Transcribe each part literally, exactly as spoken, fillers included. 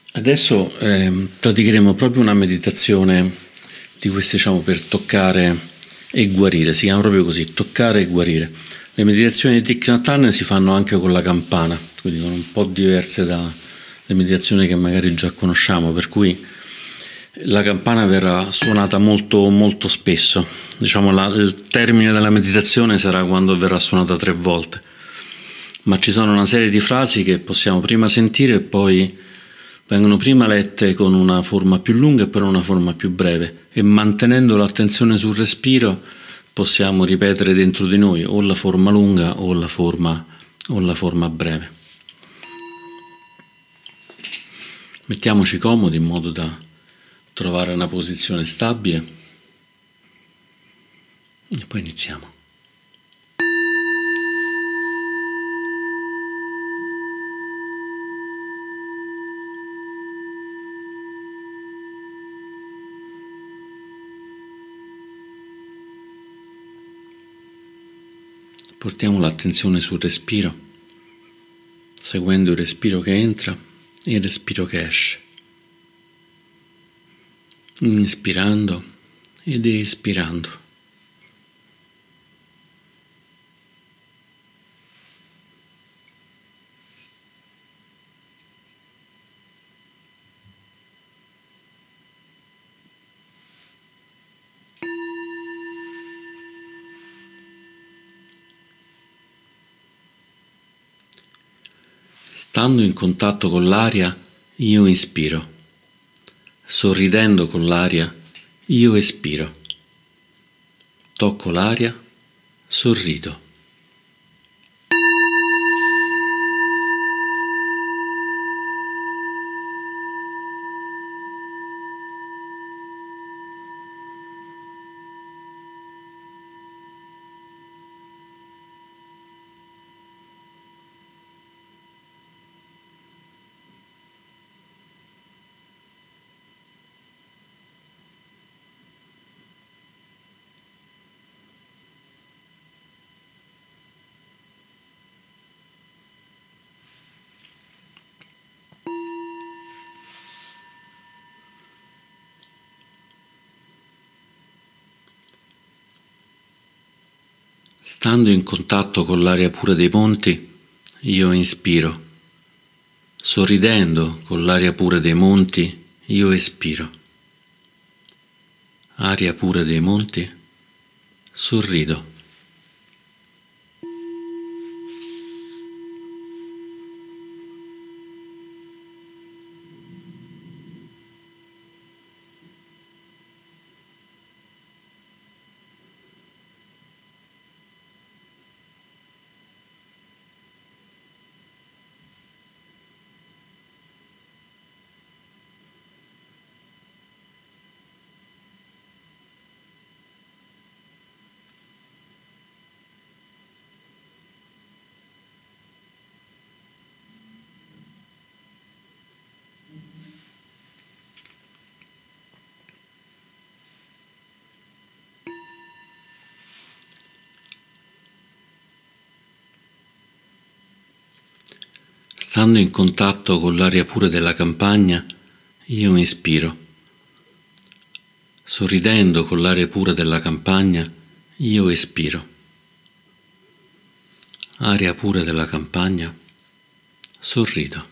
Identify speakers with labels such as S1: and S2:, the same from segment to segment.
S1: Adesso eh, praticheremo proprio una meditazione di queste, diciamo, per toccare e guarire. Si chiama proprio così, toccare e guarire. Le meditazioni di Thich Nhat Hanh si fanno anche con la campana, quindi sono un po' diverse dalle meditazioni che magari già conosciamo, per cui la campana verrà suonata molto molto spesso. Diciamo la, il termine della meditazione sarà quando verrà suonata tre volte, ma ci sono una serie di frasi che possiamo prima sentire e poi vengono prima lette con una forma più lunga e poi una forma più breve, e mantenendo l'attenzione sul respiro possiamo ripetere dentro di noi o la forma lunga o la forma, o la forma breve. Mettiamoci comodi in modo da trovare una posizione stabile e poi iniziamo. Portiamo l'attenzione sul respiro, seguendo il respiro che entra e il respiro che esce, inspirando ed espirando. Stando in contatto con l'aria, io inspiro. Sorridendo con l'aria, io espiro. Tocco l'aria, sorrido. Stando in contatto con l'aria pura dei monti, io inspiro. Sorridendo con l'aria pura dei monti, io espiro. Aria pura dei monti, sorrido. Stando in contatto con l'aria pura della campagna, io inspiro. Sorridendo con l'aria pura della campagna, io espiro. Aria pura della campagna, sorrido.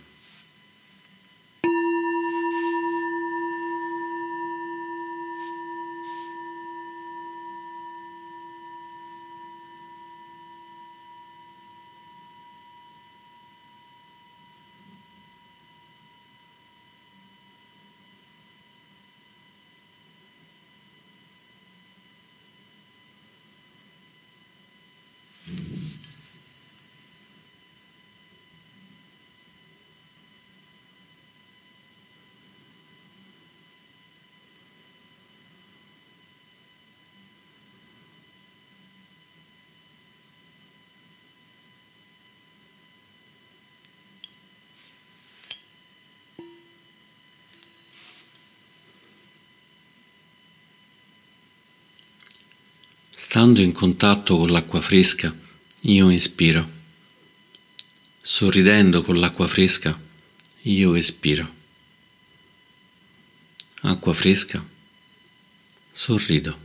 S1: Stando in contatto con l'acqua fresca, io inspiro. Sorridendo con l'acqua fresca, io espiro. acqua fresca, sorrido.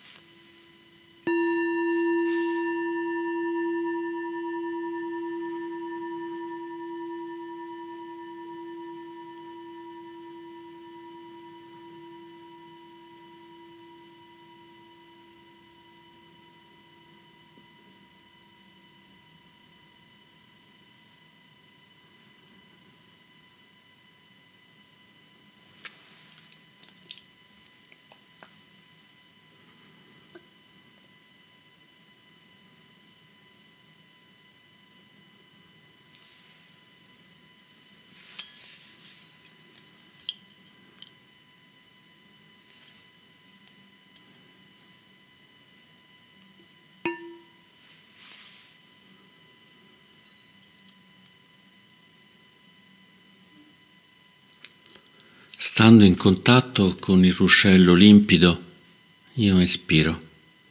S1: Stando in contatto con il ruscello limpido, io espiro.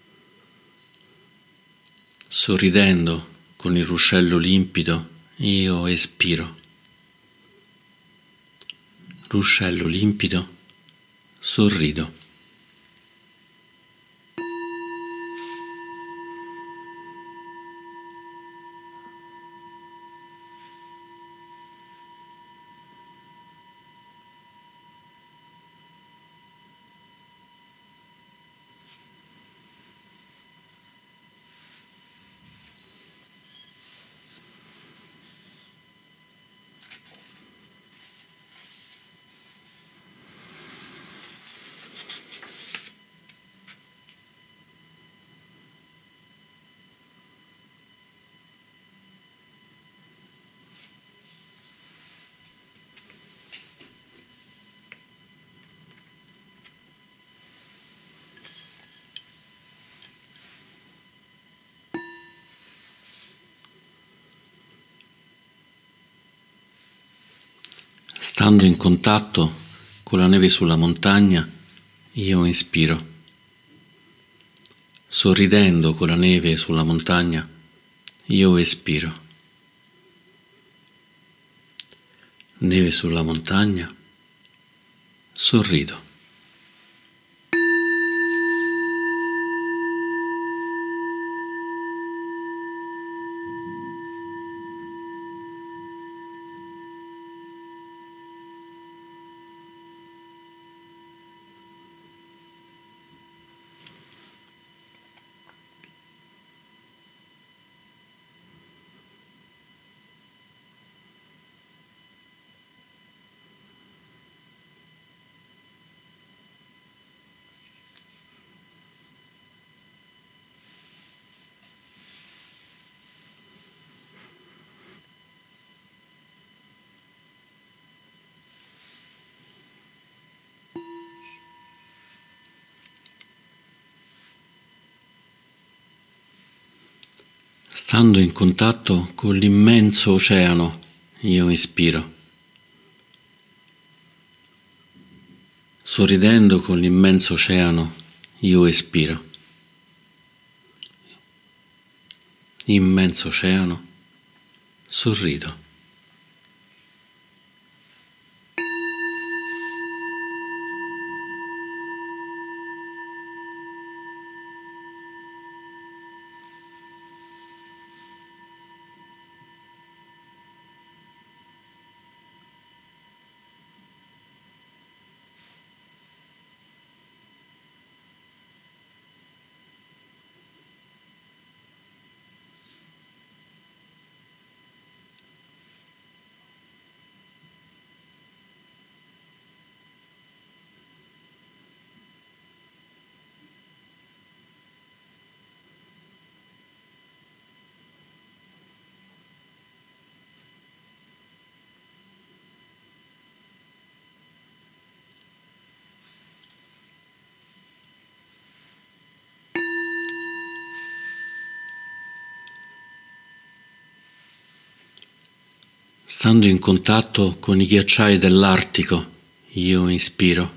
S1: Sorridendo con il ruscello limpido, io espiro. Ruscello limpido, sorrido. Stando in contatto con la neve sulla montagna, io inspiro. Sorridendo con la neve sulla montagna, io espiro. Neve sulla montagna, sorrido. Stando in contatto con l'immenso oceano, io ispiro. Sorridendo con l'immenso oceano, io espiro. Immenso oceano, sorrido. Stando in contatto con i ghiacciai dell'Artico, io inspiro.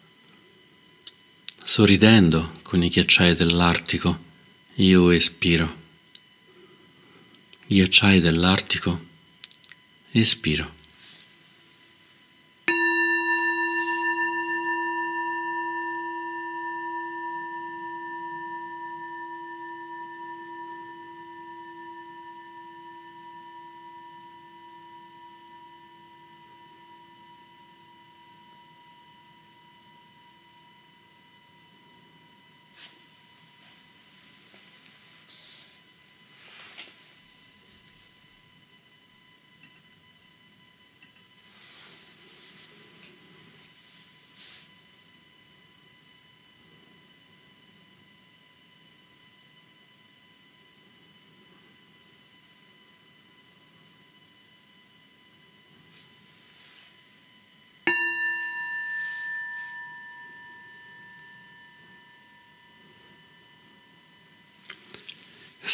S1: Sorridendo con i ghiacciai dell'Artico, io espiro. Ghiacciai dell'Artico, espiro.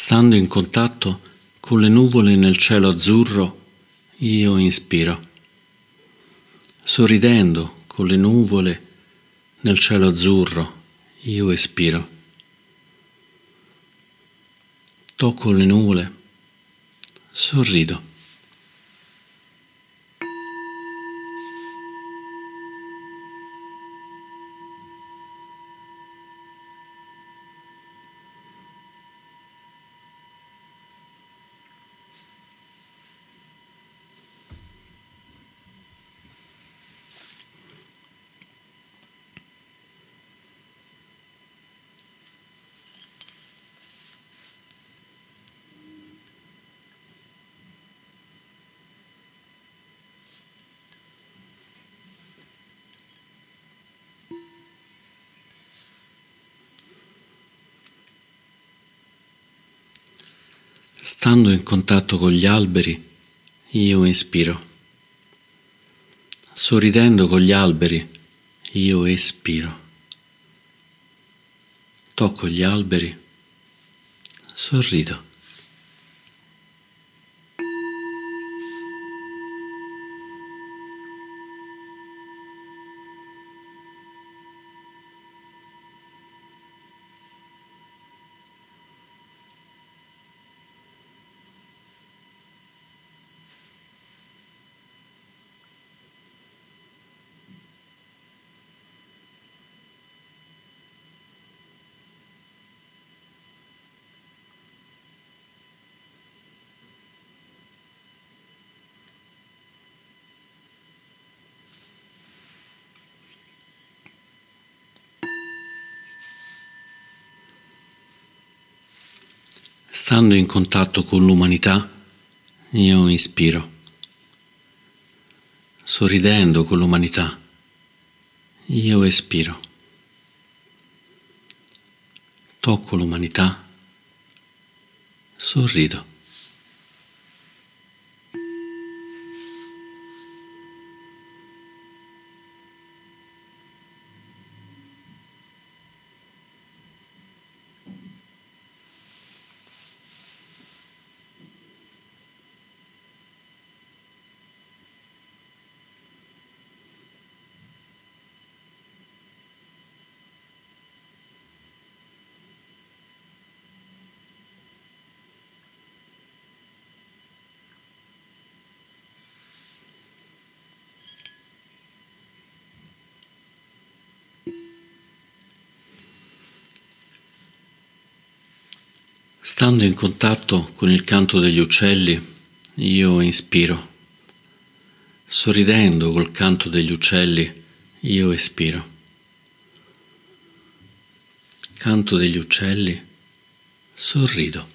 S1: Stando in contatto con le nuvole nel cielo azzurro, io inspiro. Sorridendo con le nuvole nel cielo azzurro, io espiro. Tocco le nuvole, sorrido. Stando in contatto con gli alberi, io inspiro. Sorridendo con gli alberi, io espiro. Tocco gli alberi, sorrido. Stando in contatto con l'umanità, io inspiro. Sorridendo con l'umanità, io espiro. Tocco l'umanità, sorrido. Stando in contatto con il canto degli uccelli, io inspiro. Sorridendo col canto degli uccelli, io espiro. Canto degli uccelli, sorrido.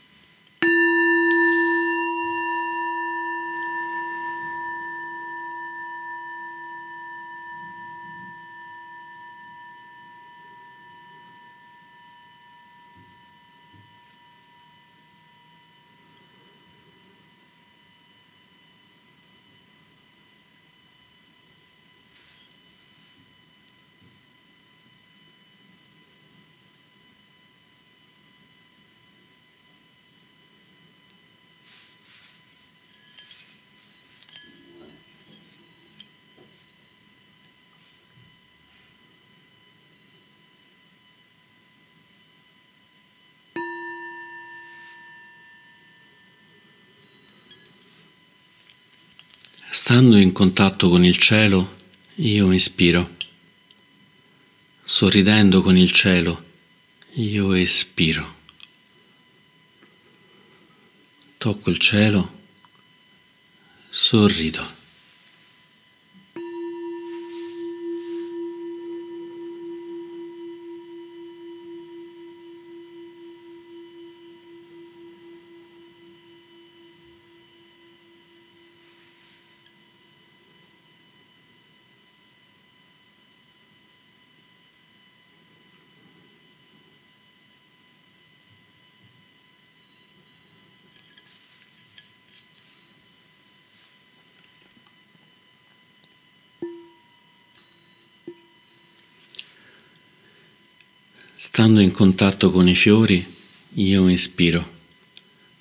S1: Stando in contatto con il cielo, io inspiro. Sorridendo con il cielo, io espiro. Tocco il cielo, sorrido. Stando in contatto con i fiori, io inspiro.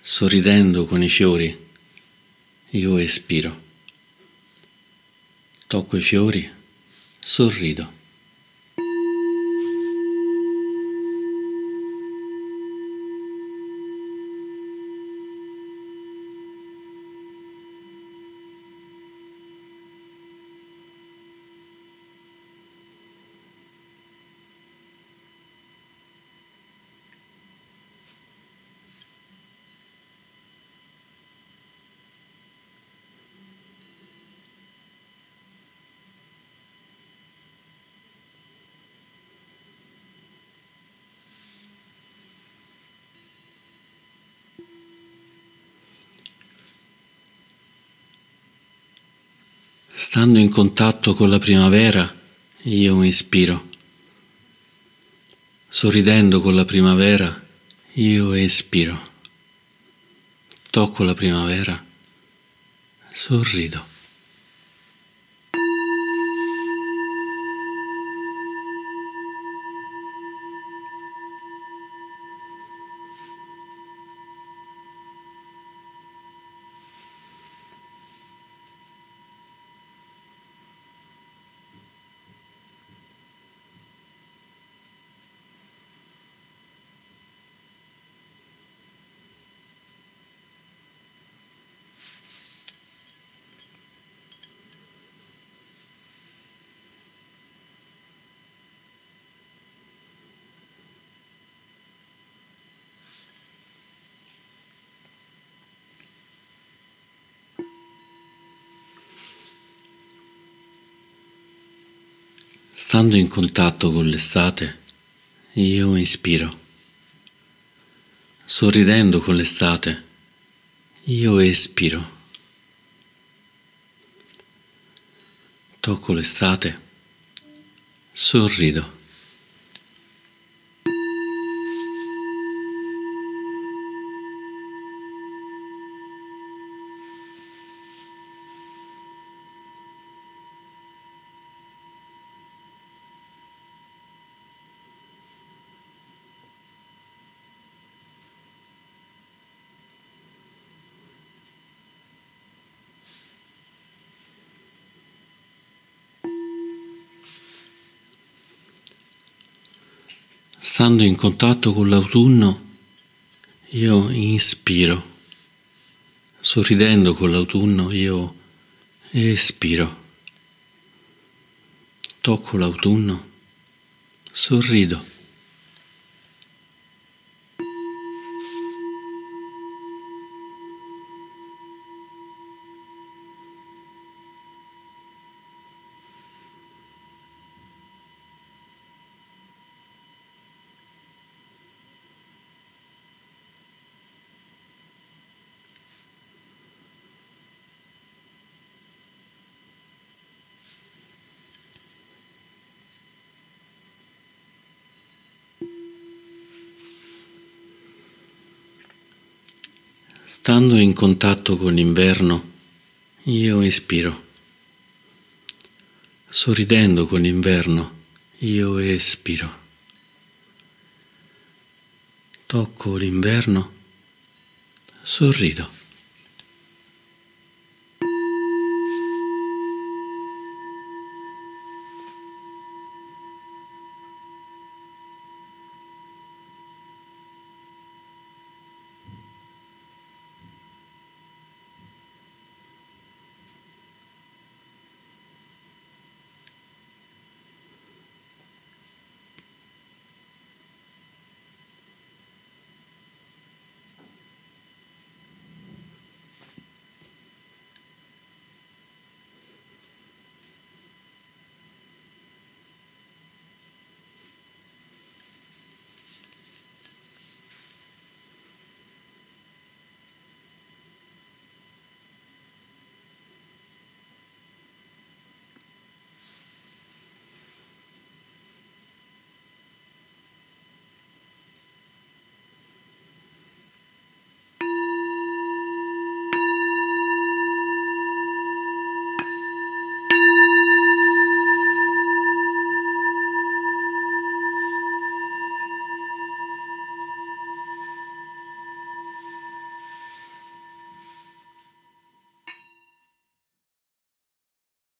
S1: Sorridendo con i fiori, io espiro. Tocco i fiori, sorrido. Stando in contatto con la primavera, io inspiro. Sorridendo con la primavera, io espiro. Tocco la primavera, sorrido. Stando in contatto con l'estate, io inspiro. Sorridendo con l'estate, io espiro. Tocco l'estate, sorrido. Stando in contatto con l'autunno, io inspiro. Sorridendo con l'autunno, io espiro. Tocco l'autunno, sorrido. Stando in contatto con l'inverno, io espiro. Sorridendo con l'inverno, io espiro. Tocco l'inverno, sorrido.